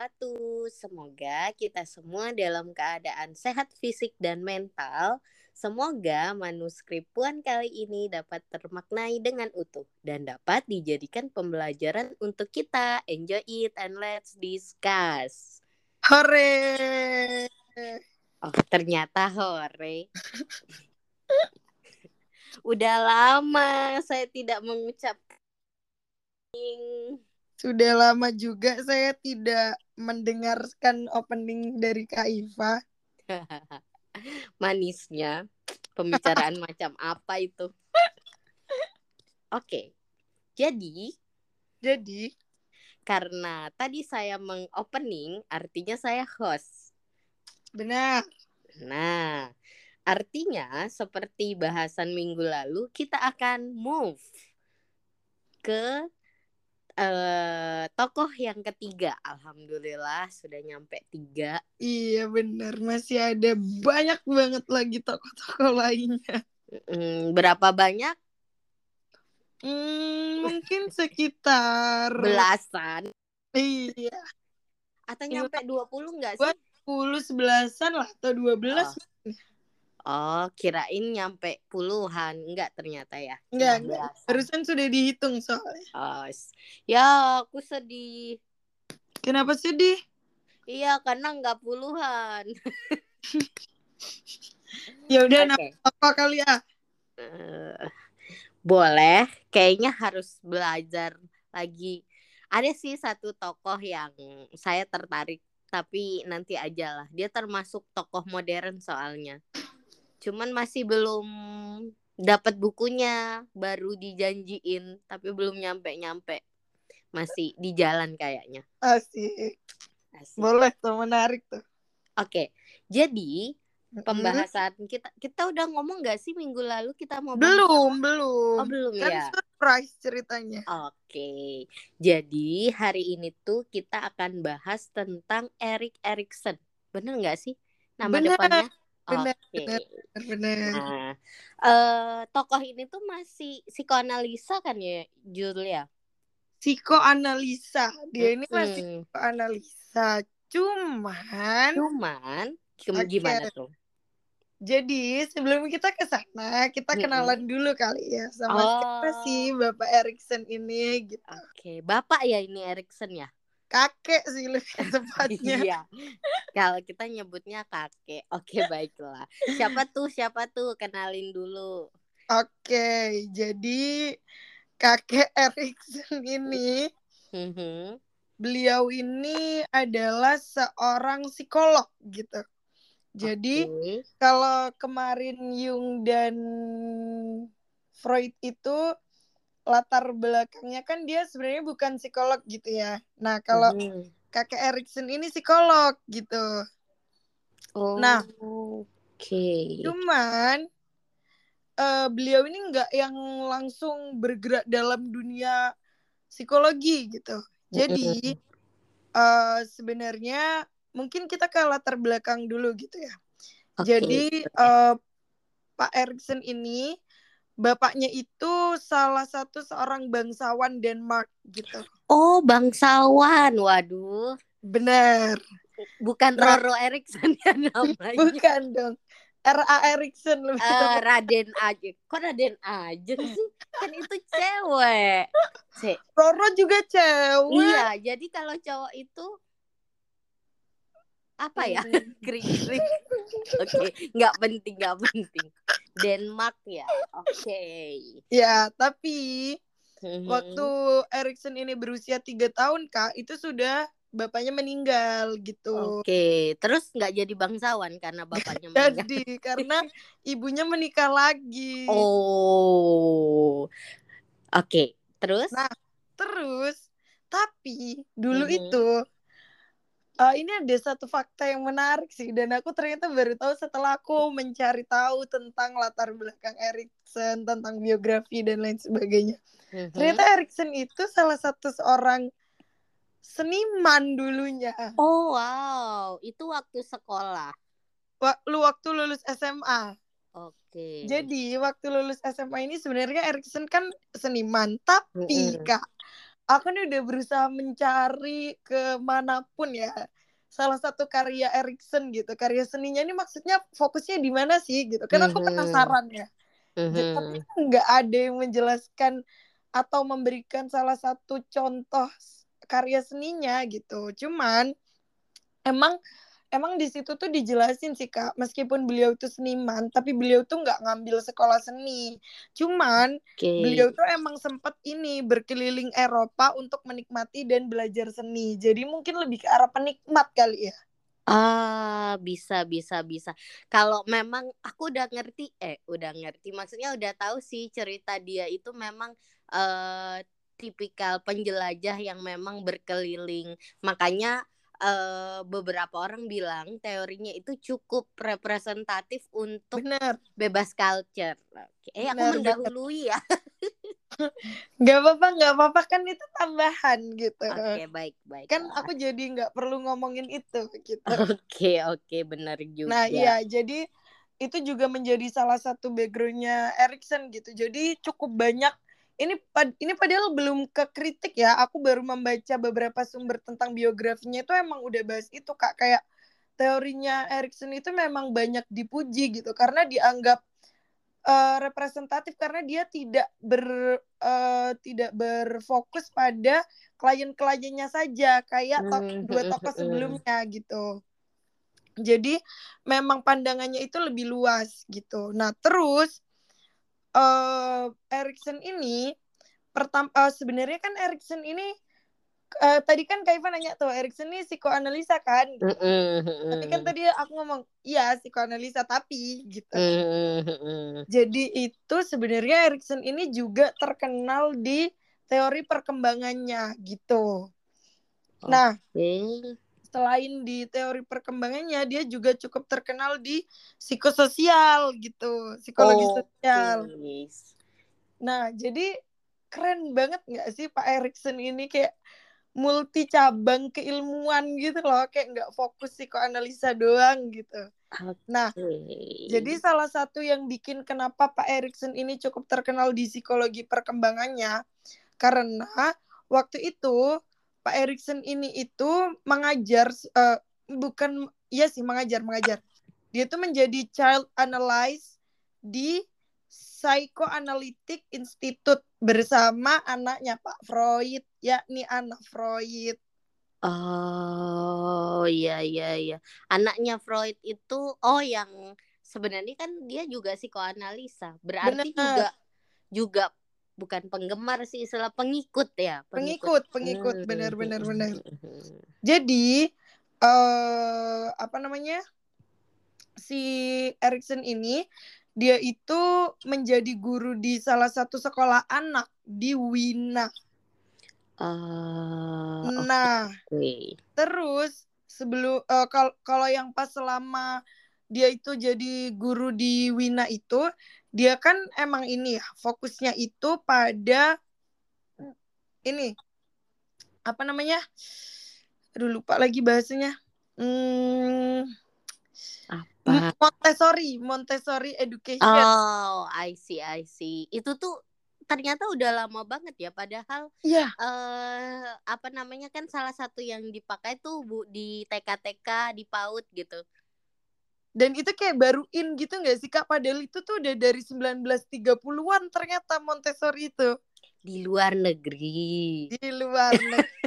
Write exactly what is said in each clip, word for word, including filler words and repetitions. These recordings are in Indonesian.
wabarakatuh. Semoga kita semua dalam keadaan sehat fisik dan mental. Semoga manuskrip Puan kali ini dapat termaknai dengan utuh dan dapat dijadikan pembelajaran untuk kita. Enjoy it and let's discuss. Hore! Oh, ternyata hore. Udah lama saya tidak mengucapkan. Sudah lama juga saya tidak mendengarkan opening dari Kak Iva. Manisnya pembicaraan macam apa itu? Oke, jadi Jadi, karena tadi saya mengopening, artinya saya host. benar. Nah, artinya seperti bahasan minggu lalu, kita akan move ke uh, tokoh yang ketiga. Alhamdulillah sudah nyampe tiga. Iya benar, masih ada banyak banget lagi tokoh-tokoh lainnya. Hmm, berapa banyak? Hmm, mungkin sekitar Belasan. Iya. Atau nyampe dua puluh nggak sih? dua puluh sebelasan lah atau dua belas. Oh. Oh, kirain nyampe puluhan. Enggak ternyata ya. Enggak, Cuma enggak. belasan. Barusan sudah dihitung soalnya. Oh, ya aku sedih. Kenapa sedih? Iya, karena enggak puluhan. Ya udah, okay. Apa kali ya? Uh, boleh. Kayaknya harus belajar lagi. Ada sih satu tokoh yang saya tertarik. Tapi nanti aja lah. Dia termasuk tokoh modern soalnya. Cuman masih belum dapat bukunya, baru dijanjiin tapi belum nyampe-nyampe. Masih di jalan kayaknya. Asik. Asik. Boleh tuh, menarik tuh. Oke. Jadi, pembahasan hmm. kita kita udah ngomong gak sih minggu lalu kita mau bahas Belum, apa? belum. Oh, belum kan ya. Kan surprise ceritanya. Oke. Jadi, hari ini tuh kita akan bahas tentang Erik Erikson. Bener gak sih nama bener, depannya? Bener, Oke. bener, bener. Nah, uh, tokoh ini tuh masih psikoanalisa kan ya, Julia? Psikoanalisa. Dia ini hmm. masih psikoanalisa. Cuman Cuman gimana okay. tuh? Jadi sebelum kita ke sana, kita kenalan mm-hmm. dulu kali ya sama oh. siapa sih Bapak Erikson ini gitu. Oke, okay. Bapak ya ini Erikson ya? Kakek sih lebih tepatnya. Iya. Kalau kita nyebutnya kakek. Oke, okay, baiklah. Siapa tuh? Siapa tuh? Kenalin dulu. Oke, okay, jadi kakek Erikson ini mm-hmm. beliau ini adalah seorang psikolog gitu. Jadi okay. kalau kemarin Jung dan Freud itu latar belakangnya kan dia sebenarnya bukan psikolog gitu ya. Nah kalau mm-hmm. kakek Erikson ini psikolog gitu. Oh, nah, oke. Okay. Cuman uh, beliau ini nggak yang langsung bergerak dalam dunia psikologi gitu. Jadi mm-hmm. uh, sebenarnya mungkin kita ke latar belakang dulu gitu ya. Okay. Jadi uh, Pak Erikson ini bapaknya itu salah satu seorang bangsawan Denmark gitu. Oh, bangsawan. Waduh. Benar. Bukan Roro Erikson ya namanya. Bukan dong. R A Erikson lebih uh, Raden Ajeng. Kok Raden Ajeng sih? Kan itu cewek. C- Roro juga cewek. Iya, jadi kalau cowok itu apa ya? Krik-krik. Oke, okay. nggak penting, nggak penting. Denmark ya, oke. Okay. Ya, tapi mm-hmm. waktu Erikson ini berusia tiga tahun kak, itu sudah bapaknya meninggal gitu. Oke, okay. Terus nggak jadi bangsawan karena bapaknya meninggal. Jadi karena ibunya menikah lagi. Oh, oke. Okay. Terus? Nah, terus tapi dulu mm-hmm. itu uh, ini ada satu fakta yang menarik sih, dan aku ternyata baru tahu setelah aku mencari tahu tentang latar belakang Erikson, tentang biografi dan lain sebagainya. Mm-hmm. Ternyata Erikson itu salah satu seorang seniman dulunya. Oh wow, itu waktu sekolah. Waktu waktu lulus S M A. Oke. Okay. Jadi waktu lulus S M A ini sebenarnya Erikson kan seniman, tapi mm-hmm. kak aku nih udah berusaha mencari kemanapun ya salah satu karya Erikson gitu, karya seninya ini maksudnya fokusnya di mana sih gitu, kan aku Mhm. penasaran ya. J- tapi Mhm. nggak ada yang menjelaskan atau memberikan salah satu contoh karya seninya gitu. Cuman emang emang di situ tuh dijelasin sih Kak, meskipun beliau itu seniman, tapi beliau tuh nggak ngambil sekolah seni. Cuman Oke. beliau tuh emang sempat ini berkeliling Eropa untuk menikmati dan belajar seni. Jadi mungkin lebih ke arah penikmat kali ya. Ah, bisa bisa bisa. Kalau memang aku udah ngerti eh, udah ngerti, maksudnya udah tahu sih cerita dia itu memang, eee, tipikal penjelajah yang memang berkeliling. Makanya, eee, beberapa orang bilang teorinya itu cukup representatif untuk Bener, bebas culture. Oke, eh, aku bener, bener. mendahului ya. Nggak apa-apa, nggak apa-apa kan itu tambahan gitu. Oke, baik Kan baiklah. aku jadi nggak perlu ngomongin itu gitu. Oke oke, benar Nah juga. iya, jadi itu juga menjadi salah satu backgroundnya Erikson gitu. Jadi cukup banyak ini pad ini padahal belum ke kritik ya. Aku baru membaca beberapa sumber tentang biografinya itu emang udah bahas itu Kak. Kayak teorinya Erikson itu memang banyak dipuji gitu karena dianggap uh, representatif karena dia tidak ber uh, tidak berfokus pada klien-kliennya saja kayak to Mmm, dua mhm tokoh mhm. sebelumnya gitu. Jadi memang pandangannya itu lebih luas gitu. Nah terus uh, Erikson ini pertama uh, sebenarnya kan Erikson ini uh, tadi kan Kak Iva nanya tuh Erikson ini psikoanalisa kan gitu. Mhm Tapi kan mhm. tadi aku ngomong iya psikoanalisa tapi gitu. Mmm, mhm. Jadi itu sebenarnya Erikson ini juga terkenal di teori perkembangannya gitu. Nah, Oke. selain di teori perkembangannya, dia juga cukup terkenal di psikososial gitu, psikologi Oke. sosial. Nah, jadi keren banget nggak sih Pak Erikson ini kayak multi cabang keilmuan gitu loh, kayak nggak fokus psikoanalisa doang gitu. Nah, Oke. jadi salah satu yang bikin kenapa Pak Erikson ini cukup terkenal di psikologi perkembangannya karena waktu itu Pak Erikson ini itu mengajar uh, bukan iya sih mengajar mengajar. Dia tuh menjadi child analyst di Psychoanalytic Institute bersama anaknya Pak Freud, yakni Anna Freud. Oh, iya iya iya. Anaknya Freud itu oh yang sebenarnya kan dia juga psikoanalisa. Berarti juga Benar, juga bukan penggemar sih, istilah pengikut ya, pengikut. pengikut, pengikut, Mmm, benar, benar, mhm benar. mhm. Jadi eh apa namanya? Si Erikson ini dia itu menjadi guru di salah satu sekolah anak di Wina. Oh, Nah, oke. terus sebelum uh, kalau kalau yang pas selama dia itu jadi guru di Wina itu, dia kan emang ini ya, fokusnya itu pada ini apa namanya? Aduh lupa lagi bahasanya. Hmm, Apa? Montessori, Montessori education. Oh, I see I see. Itu tuh ternyata udah lama banget ya, padahal, Iya, eee, apa namanya, kan salah satu yang dipakai tuh bu di T K T K, di PAUD gitu. dan itu kayak baru in gitu nggak sih Kak? Padahal itu tuh udah dari sembilan belas tiga puluhan ternyata Montessori itu. Di luar negeri. Di luar negeri.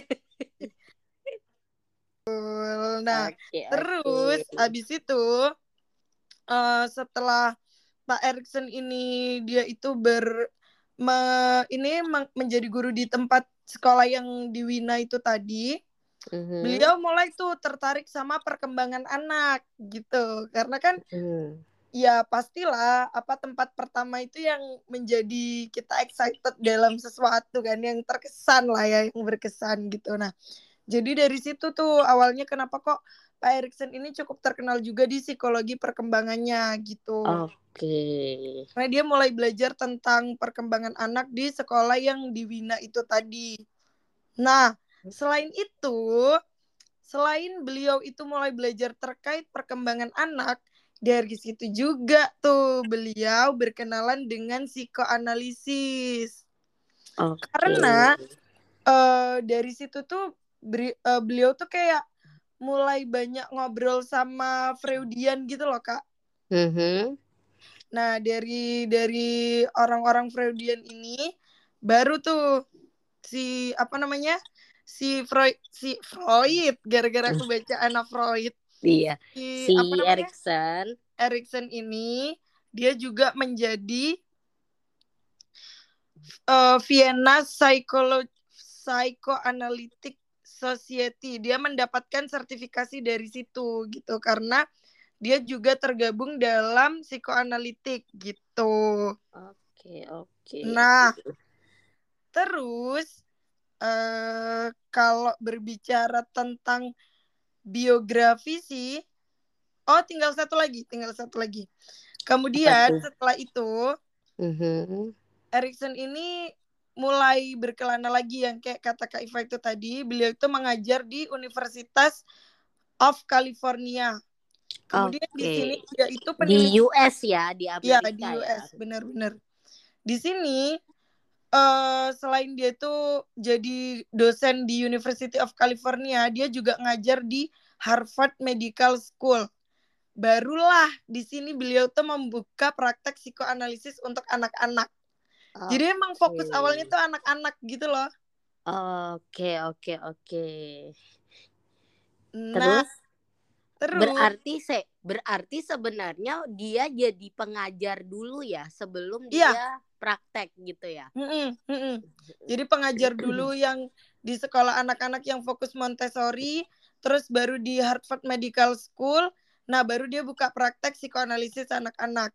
Nah, Oke oke. terus abis itu uh, setelah Pak Erikson ini dia itu ber me, ini menjadi guru di tempat sekolah yang di Wina itu tadi, Mhm, beliau mulai tuh tertarik sama perkembangan anak gitu. Karena kan mhm. ya pastilah apa tempat pertama itu yang menjadi kita excited dalam sesuatu kan yang terkesan lah ya yang berkesan gitu. Nah, jadi dari situ tuh awalnya kenapa kok Pak Erikson ini cukup terkenal juga di psikologi perkembangannya gitu. Oke. Karena dia mulai belajar tentang perkembangan anak di sekolah yang di Wina itu tadi. Nah, selain itu, selain beliau itu mulai belajar terkait perkembangan anak, dari situ juga tuh beliau berkenalan dengan psikoanalisis. Oke. Karena uh, dari situ tuh beri, uh, beliau tuh kayak mulai banyak ngobrol sama Freudian gitu loh Kak. Mm-hmm. Nah dari dari orang-orang Freudian ini baru tuh si apa namanya si Freud si Freud gara-gara aku baca Anna Freud. Iya. Si, si apa namanya? Erikson. Erikson ini dia juga menjadi uh, Vienna Psycholo Psychoanalytic Society. Dia mendapatkan sertifikasi dari situ gitu karena dia juga tergabung dalam psikoanalitik gitu. Oke, oke. Nah, terus uh, kalau berbicara tentang biografi sih, oh tinggal satu lagi, tinggal satu lagi. Kemudian setelah itu, mm-hmm. Erikson ini mulai berkelana lagi yang kayak kata Kak Iva itu tadi. Beliau itu mengajar di Universitas of California. Kemudian okay. di sini dia itu peneliti di U S ya, di Amerika ya. di U S, ya. benar-benar. Di sini uh, selain dia itu jadi dosen di University of California, dia juga ngajar di Harvard Medical School. Barulah di sini beliau tuh membuka praktek psikoanalisis untuk anak-anak. Okay. Jadi emang fokus awalnya tuh anak-anak gitu loh. Oke, oke, oke. Nah, terus, terus berarti se berarti sebenarnya dia jadi pengajar dulu ya sebelum iya. dia praktek gitu ya. Mm-mm, mm-mm. Jadi pengajar dulu yang di sekolah anak-anak yang fokus Montessori, terus baru di Harvard Medical School. Nah, baru dia buka praktek psikoanalisis anak-anak.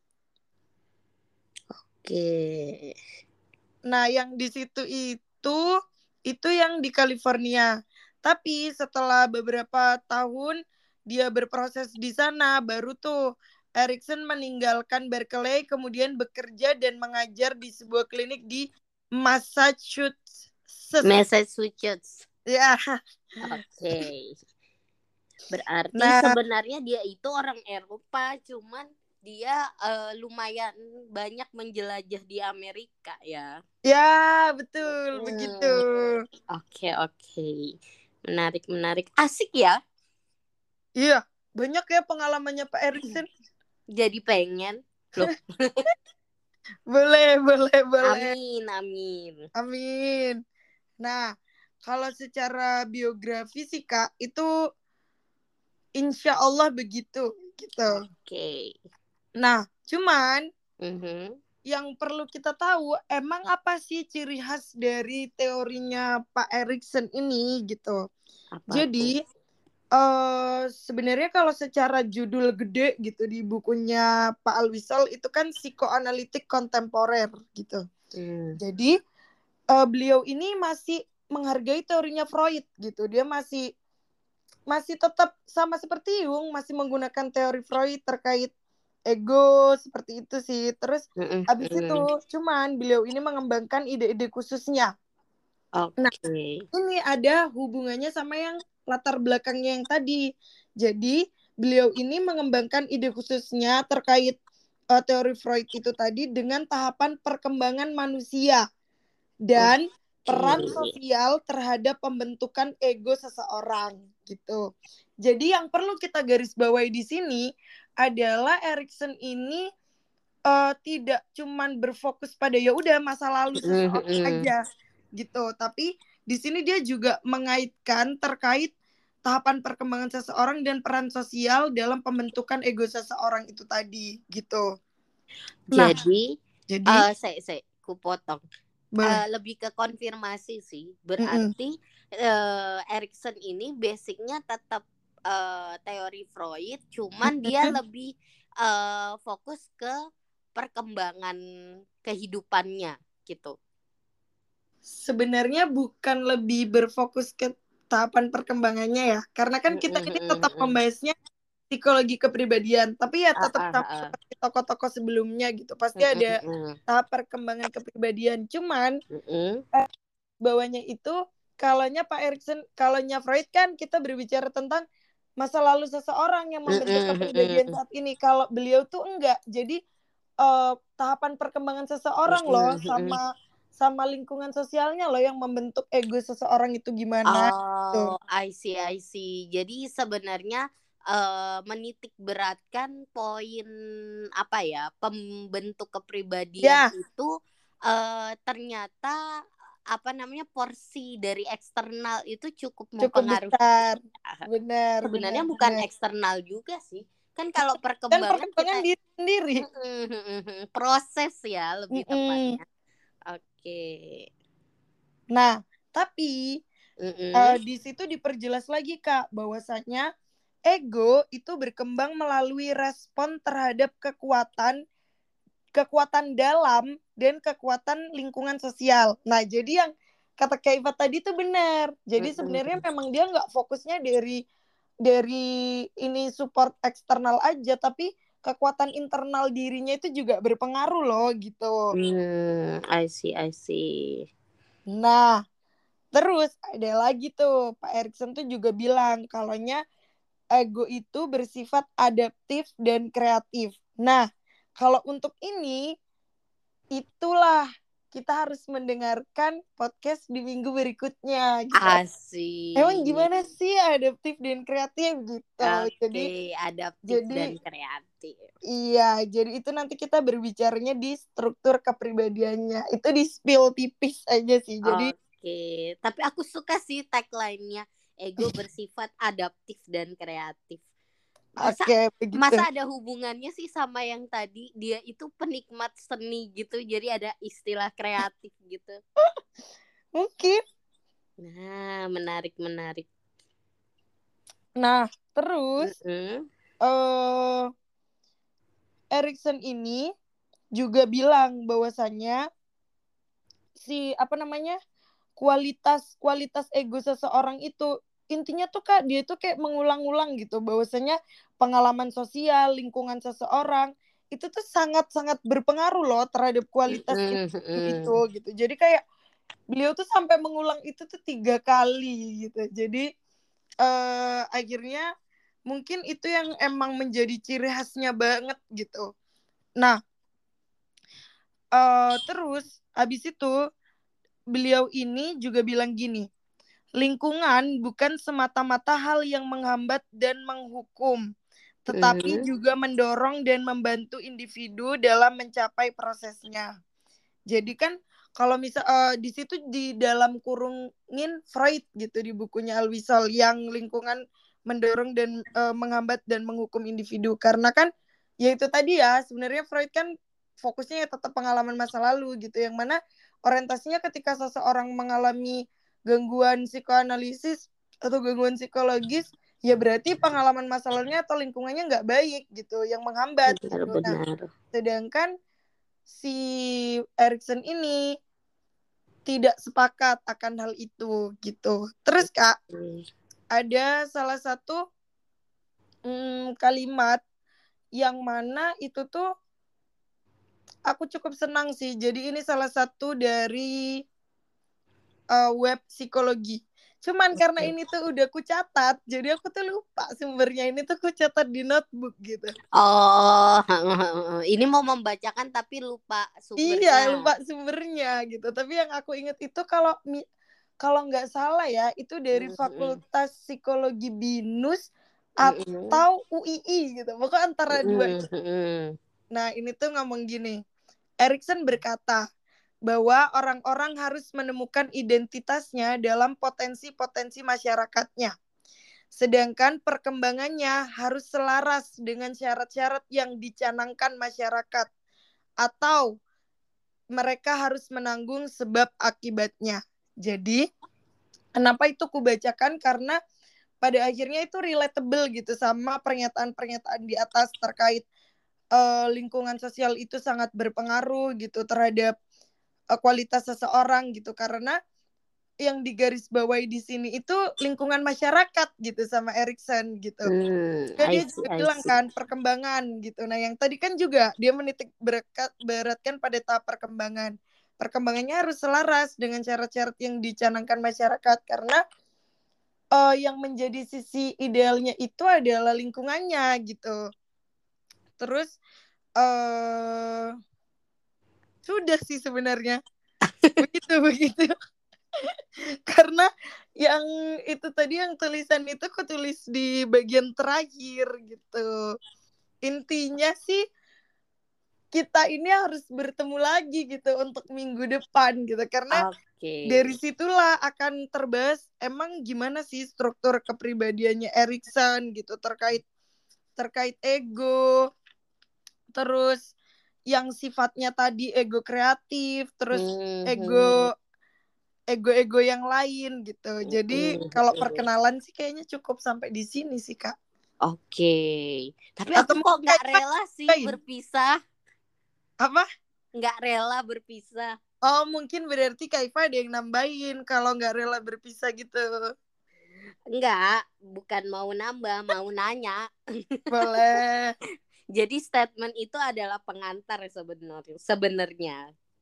Oke. Nah, yang di situ itu itu yang di California. Tapi setelah beberapa tahun dia berproses di sana, baru tuh Erikson meninggalkan Berkeley, kemudian bekerja dan mengajar di sebuah klinik di Massachusetts. Massachusetts. Ya. Oke. Okay. Berarti nah, sebenarnya dia itu orang Eropa, cuman dia uh, lumayan banyak menjelajah di Amerika ya. Ya, betul, hmm. begitu. Oke, okay, oke. Okay. Menarik, menarik. Asik ya? Iya, banyak ya pengalamannya Pak Erikson. Jadi pengen loh. boleh, boleh, boleh. Amin, amin. Amin. Nah, kalau secara biografi sih Kak, itu insya Allah begitu gitu. Oke. Okay. Nah, cuman mm-hmm. yang perlu kita tahu emang apa sih ciri khas dari teorinya Pak Erikson ini gitu. Apa Jadi uh, sebenarnya kalau secara judul gede gitu di bukunya Pak Alwisel itu kan psikoanalitik kontemporer gitu. Hmm. Jadi uh, beliau ini masih menghargai teorinya Freud gitu. Dia masih masih tetap sama seperti Jung, masih menggunakan teori Freud terkait ego seperti itu sih. Terus mm-hmm. habis itu cuman beliau ini mengembangkan ide-ide khususnya. Oke. Okay. Nah, ini ada hubungannya sama yang latar belakangnya yang tadi. Jadi beliau ini mengembangkan ide khususnya terkait uh, teori Freud itu tadi dengan tahapan perkembangan manusia dan okay. peran sosial terhadap pembentukan ego seseorang gitu. Jadi yang perlu kita garis bawahi di sini adalah Erikson ini uh, tidak cuman berfokus pada ya udah masa lalu seseorang mm-hmm. aja gitu, tapi di sini dia juga mengaitkan terkait tahapan perkembangan seseorang dan peran sosial dalam pembentukan ego seseorang itu tadi gitu. Jadi, nah, jadi uh, saya saya ku potong. Uh, lebih ke konfirmasi sih. Berarti mm-hmm. uh, Erikson ini basicnya tetap uh, teori Freud, cuman mm-hmm. dia lebih uh, fokus ke perkembangan kehidupannya gitu. Sebenarnya bukan lebih berfokus ke tahapan perkembangannya ya, karena kan kita mm-hmm. ini tetap membahasnya psikologi kepribadian, tapi ya tetap uh, uh, uh. seperti tokoh-tokoh sebelumnya gitu, pasti uh, ada uh, uh. tahap perkembangan kepribadian. Cuman uh. eh, bawahnya itu kalaunya Pak Erikson, kalaunya Freud kan kita berbicara tentang masa lalu seseorang yang membentuk uh, uh, kepribadian uh, uh. saat ini. Kalau beliau tuh enggak, jadi uh, tahapan perkembangan seseorang uh, uh, loh sama sama lingkungan sosialnya loh yang membentuk ego seseorang itu gimana. Oh, I see, I see. Jadi sebenarnya uh, menitik beratkan poin apa ya, pembentuk kepribadian Ya, itu uh, ternyata apa namanya porsi dari eksternal itu cukup cukup mempengaruhi. besar. Benar, Sebenarnya benar, bukan benar. eksternal juga sih. Kan kalau Dan perkembangan perkembangan kita diri sendiri. proses ya lebih Mm-mm. tepatnya. Oke. Nah, tapi uh, Mm-mm. di situ diperjelas lagi Kak bahwasanya ego itu berkembang melalui respon terhadap kekuatan kekuatan dalam dan kekuatan lingkungan sosial. Nah, jadi yang kata Kak Iva tadi itu benar. Jadi sebenarnya memang dia nggak fokusnya dari dari ini support eksternal aja, tapi kekuatan internal dirinya itu juga berpengaruh loh gitu. Hmm, I see, I see. Nah, terus ada lagi tuh Pak Erikson tuh juga bilang kalaunya ego itu bersifat adaptif dan kreatif. Nah, kalau untuk ini itulah kita harus mendengarkan podcast di minggu berikutnya gitu. Emang Asik. gimana sih adaptif dan kreatif gitu. Jadi Oke, adaptif dan jadi kreatif. iya, jadi itu nanti kita berbicaranya di struktur kepribadiannya. Itu di spill tipis aja sih. Jadi Oke, tapi aku suka sih tagline-nya, ego bersifat adaptif dan kreatif. Masa oke, begitu. masa ada hubungannya sih sama yang tadi dia itu penikmat seni gitu, jadi ada istilah kreatif gitu. Mungkin. Nah, menarik menarik. Nah, terus Mm-mm. eh Erikson ini juga bilang bahwasannya si apa namanya kualitas kualitas ego seseorang itu intinya tuh Kak dia tuh kayak mengulang-ulang gitu bahwasanya pengalaman sosial lingkungan seseorang itu tuh sangat-sangat berpengaruh loh terhadap kualitas individu itu Mm-mm. gitu. Jadi kayak beliau tuh sampai mengulang itu tuh tiga kali gitu. Jadi eh, akhirnya mungkin itu yang emang menjadi ciri khasnya banget gitu. Nah, eh, terus habis itu beliau ini juga bilang gini, lingkungan bukan semata-mata hal yang menghambat dan menghukum, tetapi Mm-mm. juga mendorong dan membantu individu dalam mencapai prosesnya. Jadi kan kalau misal uh, di situ di dalam kurungin Freud gitu di bukunya Alwisal yang lingkungan mendorong dan uh, menghambat dan menghukum individu karena kan ya itu tadi ya sebenarnya Freud kan fokusnya ya tetap pengalaman masa lalu gitu yang mana orientasinya ketika seseorang mengalami gangguan psikoanalisis atau gangguan psikologis ya berarti pengalaman masa lalunya atau lingkungannya nggak baik gitu yang menghambat gitu. Nah, Benar-benar. sedangkan si Erikson ini tidak sepakat akan hal itu gitu. Terus Kak, ada salah satu hmm, kalimat yang mana itu tuh aku cukup senang sih. Jadi ini salah satu dari uh, web psikologi. Cuman karena ini tuh udah ku catat, jadi aku tuh lupa sumbernya. Ini tuh ku catat di notebook gitu. Oh, ini mau membacakan tapi lupa Iya, sumbernya. lupa sumbernya gitu. Tapi yang aku inget itu kalau kalau nggak salah ya, itu dari Mm-mm. Fakultas Psikologi BINUS Mm-mm. atau U I I gitu. Pokoknya antara dua. Mm-mm. Nah, ini tuh ngomong gini. Erikson berkata bahwa orang-orang harus menemukan identitasnya dalam potensi-potensi masyarakatnya. Sedangkan perkembangannya harus selaras dengan syarat-syarat yang dicanangkan masyarakat atau mereka harus menanggung sebab akibatnya. Jadi, kenapa itu kubacakan? Karena pada akhirnya itu relatable gitu sama pernyataan-pernyataan di atas terkait uh, lingkungan sosial itu sangat berpengaruh gitu terhadap uh, kualitas seseorang gitu. Karena yang digarisbawahi di sini itu lingkungan masyarakat gitu sama Erikson gitu. Hmm, Juga I dia see, juga I bilang see. kan perkembangan gitu. Nah yang tadi kan juga dia menitik berat, beratkan pada tahap perkembangan. Perkembangannya harus selaras dengan syarat-syarat yang dicanangkan masyarakat karena uh, yang menjadi sisi idealnya itu adalah lingkungannya gitu. Terus uh, sudah sih sebenarnya. begitu begitu. Karena yang itu tadi yang tulisan itu aku tulis di bagian terakhir gitu. Intinya sih kita ini harus bertemu lagi gitu untuk minggu depan gitu. Karena okay. dari situlah akan terbahas emang gimana sih struktur kepribadiannya Erikson gitu terkait terkait ego, terus yang sifatnya tadi ego kreatif, terus hmm. ego ego-ego yang lain gitu. Jadi kalau perkenalan sih kayaknya cukup sampai di sini sih Kak. Oke, okay. Tapi Atau aku kok nggak rela sih lain. berpisah. Apa? Nggak rela berpisah. Oh mungkin berarti Kak Iva ada yang nambahin kalau nggak rela berpisah gitu. Enggak, bukan mau nambah, mau nanya. Boleh. Jadi statement itu adalah pengantar sebenarnya. Sebenarnya.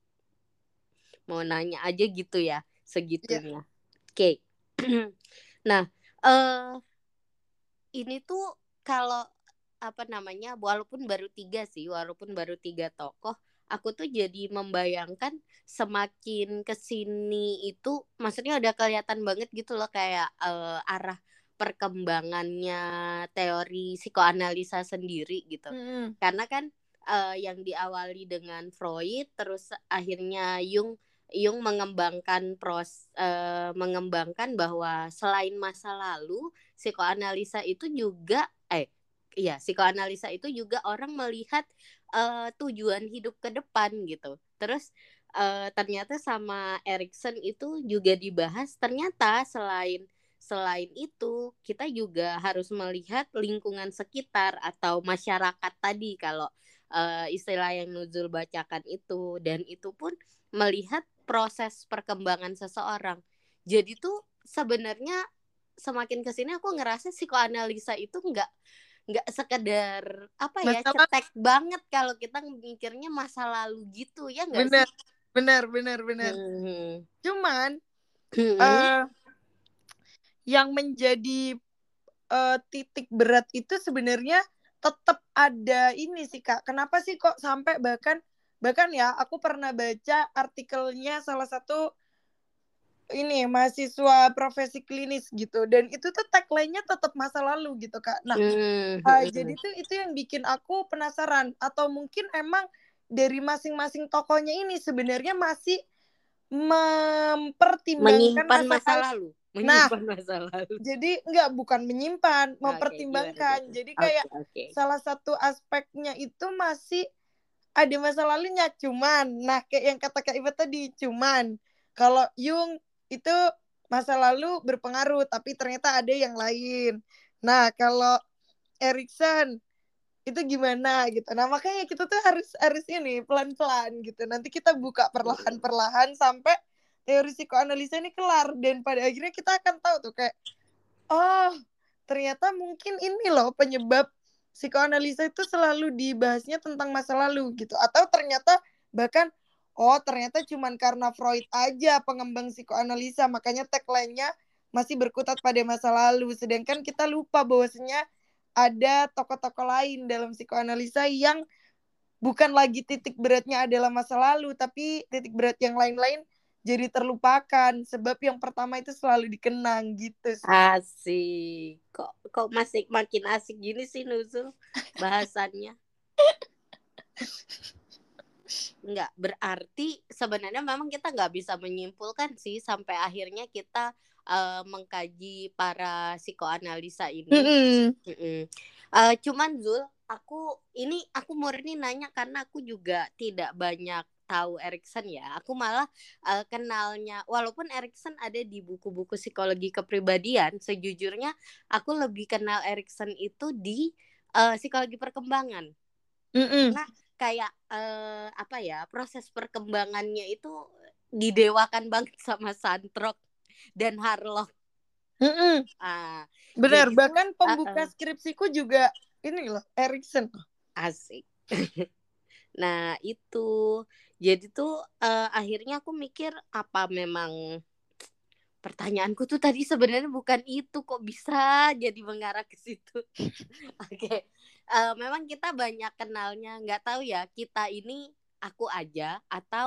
Mau nanya aja gitu ya, segitunya. Yeah. Oke. Okay. Nah, uh, ini tuh kalau apa namanya, walaupun baru tiga sih, walaupun baru tiga tokoh, aku tuh jadi membayangkan semakin kesini itu, maksudnya udah kelihatan banget gitu loh kayak uh, arah perkembangannya teori psikoanalisa sendiri gitu. Mm. Karena kan uh, yang diawali dengan Freud, terus akhirnya Jung Jung mengembangkan pros uh, mengembangkan bahwa selain masa lalu, psikoanalisa itu juga eh Iya, psikoanalisa itu juga orang melihat uh, tujuan hidup ke depan gitu. Terus uh, ternyata sama Erikson itu juga dibahas, ternyata selain selain itu kita juga harus melihat lingkungan sekitar atau masyarakat tadi kalau uh, istilah yang Nuzul bacakan itu, dan itu pun melihat proses perkembangan seseorang. Jadi tuh sebenarnya semakin kesini aku ngerasa psikoanalisa itu enggak nggak sekedar apa ya masalah. Cetek banget kalau kita mikirnya masa lalu gitu ya nggak sih? Benar, benar, benar. Hmm. Cuman hmm. Uh, yang menjadi uh, titik berat itu sebenarnya tetap ada ini sih Kak. Kenapa sih kok sampai bahkan bahkan ya aku pernah baca artikelnya salah satu ini mahasiswa profesi klinis gitu, dan itu tuh tagline-nya tetap masa lalu gitu Kak. Nah, mm-hmm. uh, jadi tuh itu yang bikin aku penasaran, atau mungkin emang dari masing-masing tokohnya ini sebenarnya masih mempertimbangkan menyimpan masa, masa lalu. Menyimpan nah, masa lalu. Jadi enggak, bukan menyimpan, mempertimbangkan. Okay, jadi kayak okay, okay. salah satu aspeknya itu masih ada masa lalunya, cuman nah kayak yang kata Kak Iva tadi, cuman kalau Jung itu masa lalu berpengaruh, tapi ternyata ada yang lain. Nah, kalau Erikson itu gimana gitu. Nah, makanya kita tuh harus harus ini pelan-pelan gitu. Nanti kita buka perlahan-perlahan sampai teori psikoanalisa ini kelar, dan pada akhirnya kita akan tahu tuh kayak oh, ternyata mungkin ini loh penyebab psikoanalisa itu selalu dibahasnya tentang masa lalu gitu. Atau ternyata bahkan oh ternyata cuman karena Freud aja pengembang psikoanalisa, makanya tagline-nya masih berkutat pada masa lalu. Sedangkan kita lupa bahwasanya ada tokoh-tokoh lain dalam psikoanalisa yang bukan lagi titik beratnya adalah masa lalu, tapi titik berat yang lain-lain jadi terlupakan. Sebab yang pertama itu selalu dikenang gitu sih. Asik. Kok kok masih makin asik gini sih Nuzul bahasannya. Enggak, berarti sebenarnya memang kita nggak bisa menyimpulkan sih sampai akhirnya kita uh, mengkaji para psikoanalisa ini. Mm-hmm. Mm-hmm. Uh, cuman Zul, aku ini aku murni nanya karena aku juga tidak banyak tahu Erikson ya. Aku malah uh, kenalnya, walaupun Erikson ada di buku-buku psikologi kepribadian, sejujurnya aku lebih kenal Erikson itu di uh, psikologi perkembangan. Mm-hmm. Karena kayak uh, apa ya, proses perkembangannya itu didewakan banget sama Santrok dan Harlock. Mm-hmm. Ah, benar, bahkan itu, pembuka uh-uh. skripsiku juga ini loh Erikson. Asik. Nah itu jadi tuh uh, akhirnya aku mikir apa memang pertanyaanku tuh tadi sebenarnya bukan itu, kok bisa jadi mengarah ke situ. Oke, okay. uh, memang kita banyak kenalnya, nggak tahu ya kita ini aku aja atau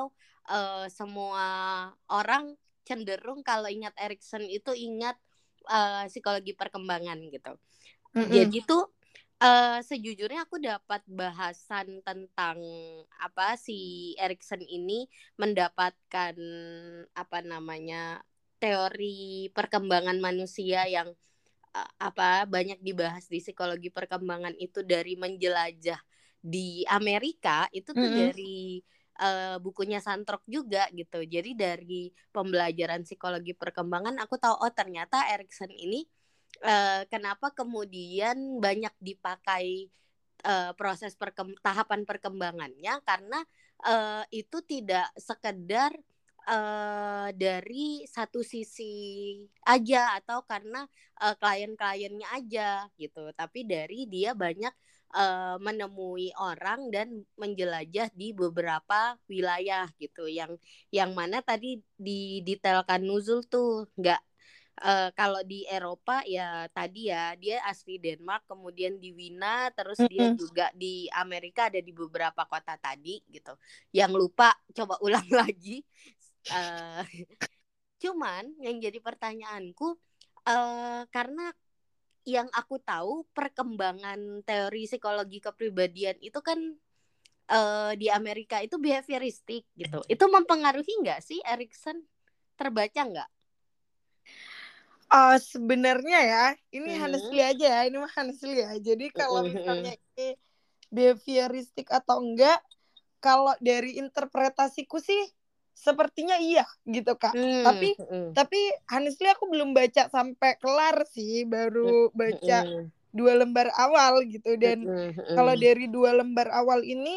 uh, semua orang cenderung kalau ingat Erikson itu ingat uh, psikologi perkembangan gitu. Mm-mm. Jadi tuh uh, sejujurnya aku dapat bahasan tentang apa si Erikson ini mendapatkan apa namanya teori perkembangan manusia yang uh, apa banyak dibahas di psikologi perkembangan itu dari menjelajah di Amerika itu tuh mm-hmm. dari uh, bukunya Santrok juga gitu. Jadi dari pembelajaran psikologi perkembangan aku tahu oh ternyata Erikson ini uh, kenapa kemudian banyak dipakai uh, proses perkem- tahapan perkembangannya karena uh, itu tidak sekedar Uh, dari satu sisi aja atau karena uh, klien-kliennya aja gitu, tapi dari dia banyak uh, menemui orang dan menjelajah di beberapa wilayah gitu, yang yang mana tadi didetailkan Nuzul tuh nggak uh, kalau di Eropa ya tadi ya dia asli Denmark, kemudian di Wina, terus dia Mm-mm. juga di Amerika ada di beberapa kota tadi gitu. Yang lupa coba ulang lagi. Uh, cuman yang jadi pertanyaanku uh, karena yang aku tahu perkembangan teori psikologi kepribadian itu kan uh, di Amerika itu behavioristik gitu. Itu mempengaruhi nggak sih Erikson? Terbaca nggak? Uh, sebenarnya ya, ini Mm-hmm. honestly aja ya, ini mah honestly ya. Jadi kalau Mm-hmm. misalnya ini behavioristik atau enggak, kalau dari interpretasiku sih sepertinya iya gitu Kak. Mm-hmm. Tapi tapi honestly aku belum baca sampai kelar sih, baru baca mm-hmm. dua lembar awal gitu. Dan mm-hmm. kalau dari dua lembar awal ini,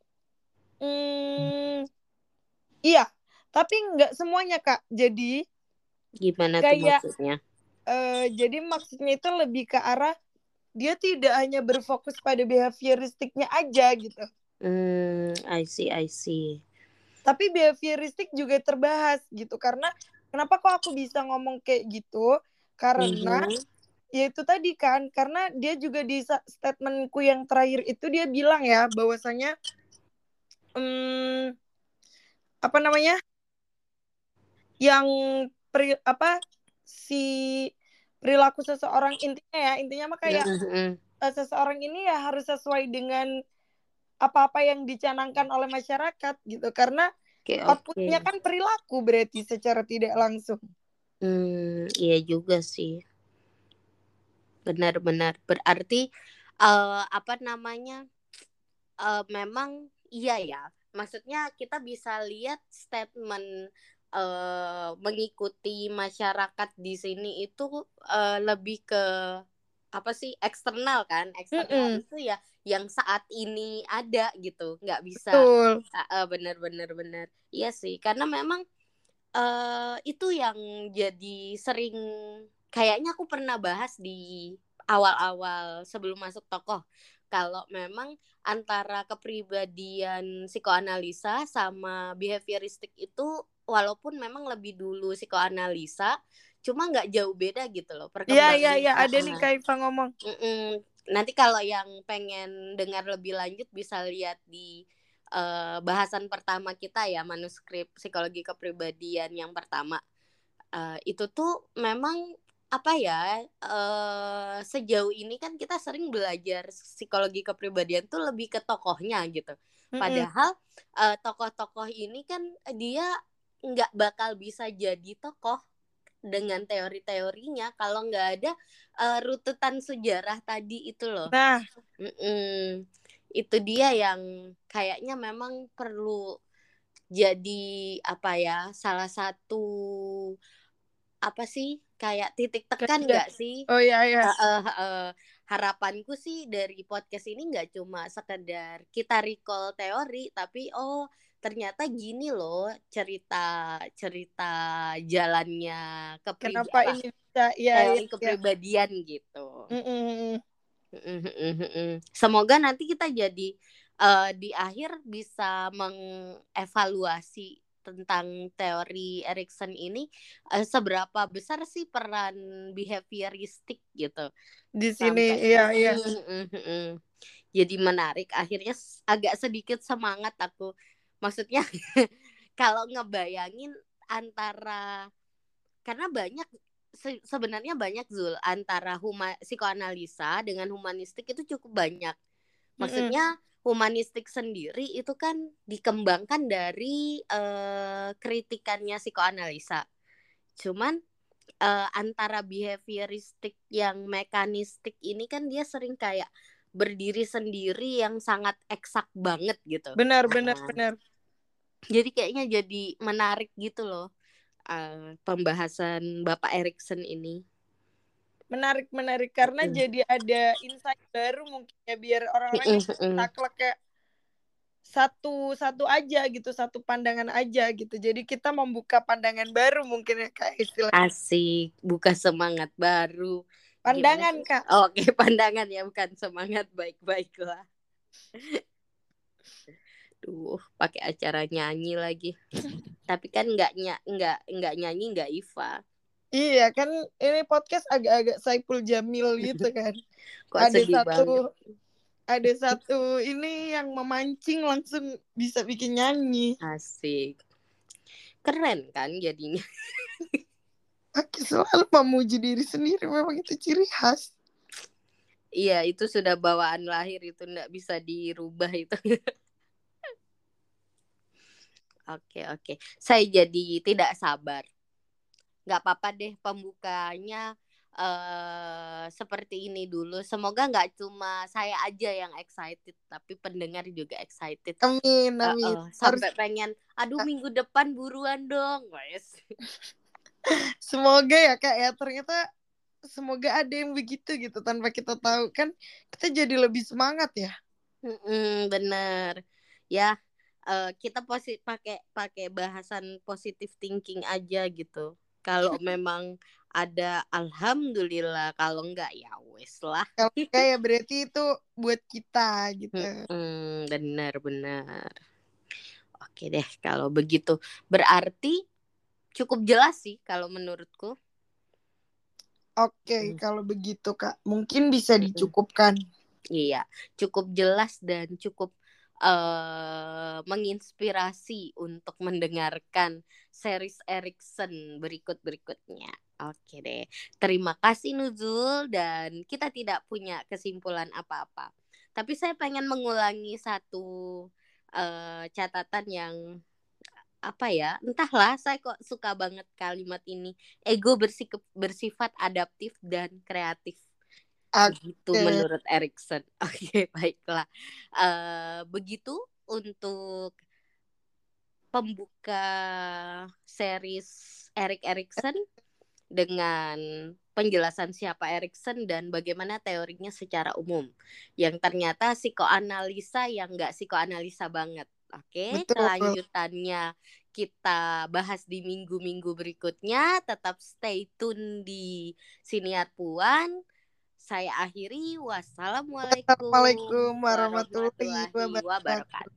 hmm, iya. Tapi nggak semuanya Kak. Jadi gimana kayak, tuh maksudnya? Uh, jadi maksudnya itu lebih ke arah dia tidak hanya berfokus pada behavioristiknya aja gitu. Hmm, I see, I see. Tapi behavioristik juga terbahas gitu, karena kenapa kok aku bisa ngomong kayak gitu? Karena mm-hmm. ya itu tadi kan, karena dia juga di statementku yang terakhir itu dia bilang ya bahwasanya hmm, apa namanya yang peri, apa si perilaku seseorang intinya ya intinya mah kayak mm-hmm. uh, seseorang ini ya harus sesuai dengan apa-apa yang dicanangkan oleh masyarakat gitu, karena okay, outputnya okay. kan perilaku berarti secara tidak langsung. Hmm, iya juga sih. Benar-benar berarti uh, apa namanya uh, memang iya ya. Maksudnya kita bisa lihat statement uh, mengikuti masyarakat di sini itu uh, lebih ke apa sih eksternal kan? Eksternal mm-mm. itu ya yang saat ini ada gitu, nggak bisa. Uh, uh, benar-benar benar. Iya sih, karena memang uh, itu yang jadi sering. Kayaknya aku pernah bahas di awal-awal sebelum masuk tokoh. Kalau memang antara kepribadian psikoanalisa sama behavioristik itu walaupun memang lebih dulu psikoanalisa, cuma nggak jauh beda gitu loh perkembangan. Iya, iya, iya. Ada nih Kaifa ngomong. Mm-mm. Nanti kalau yang pengen dengar lebih lanjut bisa lihat di uh, bahasan pertama kita ya, manuskrip psikologi kepribadian yang pertama. Uh, itu tuh memang apa ya uh, sejauh ini kan kita sering belajar psikologi kepribadian tuh lebih ke tokohnya gitu. Padahal uh, tokoh-tokoh ini kan dia nggak bakal bisa jadi tokoh dengan teori-teorinya kalau nggak ada uh, rututan sejarah tadi itu loh. Nah, Mm-mm. Itu dia yang kayaknya memang perlu jadi apa ya salah satu apa sih kayak titik tekan nggak sih? Oh iya iya. Uh, uh, uh, harapanku sih dari podcast ini nggak cuma sekedar kita recall teori, tapi oh ternyata gini loh cerita cerita jalannya kepribadian. Kenapa ini bisa ya, teori ya, kepribadian ya. Gitu. Mm-mm. Semoga nanti kita jadi uh, di akhir bisa mengevaluasi tentang teori Erikson ini uh, seberapa besar sih peran behavioristik gitu di sini. Iya iya. Jadi menarik, akhirnya agak sedikit semangat aku, maksudnya kalau ngebayangin antara, karena banyak se- sebenarnya banyak Zul, antara huma, psikoanalisa dengan humanistik itu cukup banyak. Maksudnya humanistik sendiri itu kan dikembangkan dari uh, kritikannya psikoanalisa. Cuman uh, antara behavioristik yang mekanistik ini kan dia sering kayak berdiri sendiri yang sangat eksak banget gitu. Benar, benar, Nah, benar. jadi kayaknya jadi menarik gitu loh uh, pembahasan Bapak Erikson ini. Menarik, menarik karena mm. jadi ada insight baru mungkin ya, biar orang-orang mm-hmm. taklek kayak satu satu aja gitu, satu pandangan aja gitu. Jadi kita membuka pandangan baru mungkin ya Kak istilah. Asik, buka semangat baru. Pandangan Kak. Oh, oke, okay. Pandangan ya, bukan semangat. Baik-baiklah. Duh, pakai acara nyanyi lagi. Tapi kan nggak nggak nggak nyanyi, nggak Iva. Iya kan, ini podcast agak-agak Saipul Jamil gitu kan. Kok ada sedih satu banget. Ada satu ini yang memancing langsung bisa bikin nyanyi. Asik. Keren kan jadinya. Aki selalu memuji diri sendiri, memang itu ciri khas. Iya, itu sudah bawaan lahir, itu nggak bisa dirubah itu. Oke, oke. Saya jadi tidak sabar. Nggak apa-apa deh pembukanya uh, seperti ini dulu. Semoga nggak cuma saya aja yang excited, tapi pendengar juga excited. Amin, amin. Uh, uh, sampai Harus... pengen, aduh minggu depan buruan dong, guys. Semoga ya Kak ya, ternyata semoga ada yang begitu gitu tanpa kita tahu kan, kita jadi lebih semangat ya. Mm-mm, bener ya. Uh, kita posi- pakai pakai bahasan positive thinking aja gitu. Kalau memang ada alhamdulillah, kalau enggak ya wes lah. Kalau kayak berarti itu buat kita gitu. Hmm, benar-benar. Oke deh kalau begitu. Berarti cukup jelas sih kalau menurutku. Oke, hmm. kalau begitu Kak, mungkin bisa dicukupkan. Iya, cukup jelas dan cukup Uh, menginspirasi untuk mendengarkan series Erikson berikut-berikutnya. Oke deh, terima kasih Nuzul, dan kita tidak punya kesimpulan apa-apa. Tapi saya pengen mengulangi satu uh, catatan yang apa ya, entahlah saya kok suka banget kalimat ini. Ego bersik- bersifat adaptif dan kreatif. Begitu okay. Menurut Erikson. Oke, okay, baiklah. Uh, begitu untuk pembuka series Erik Erikson dengan penjelasan siapa Erikson dan bagaimana teorinya secara umum. Yang ternyata psikoanalisa yang nggak psikoanalisa banget. Oke, okay? Kelanjutannya kita bahas di minggu-minggu berikutnya. Tetap stay tune di Siniar Puan. Saya akhiri. Wassalamualaikum warahmatullahi wabarakatuh.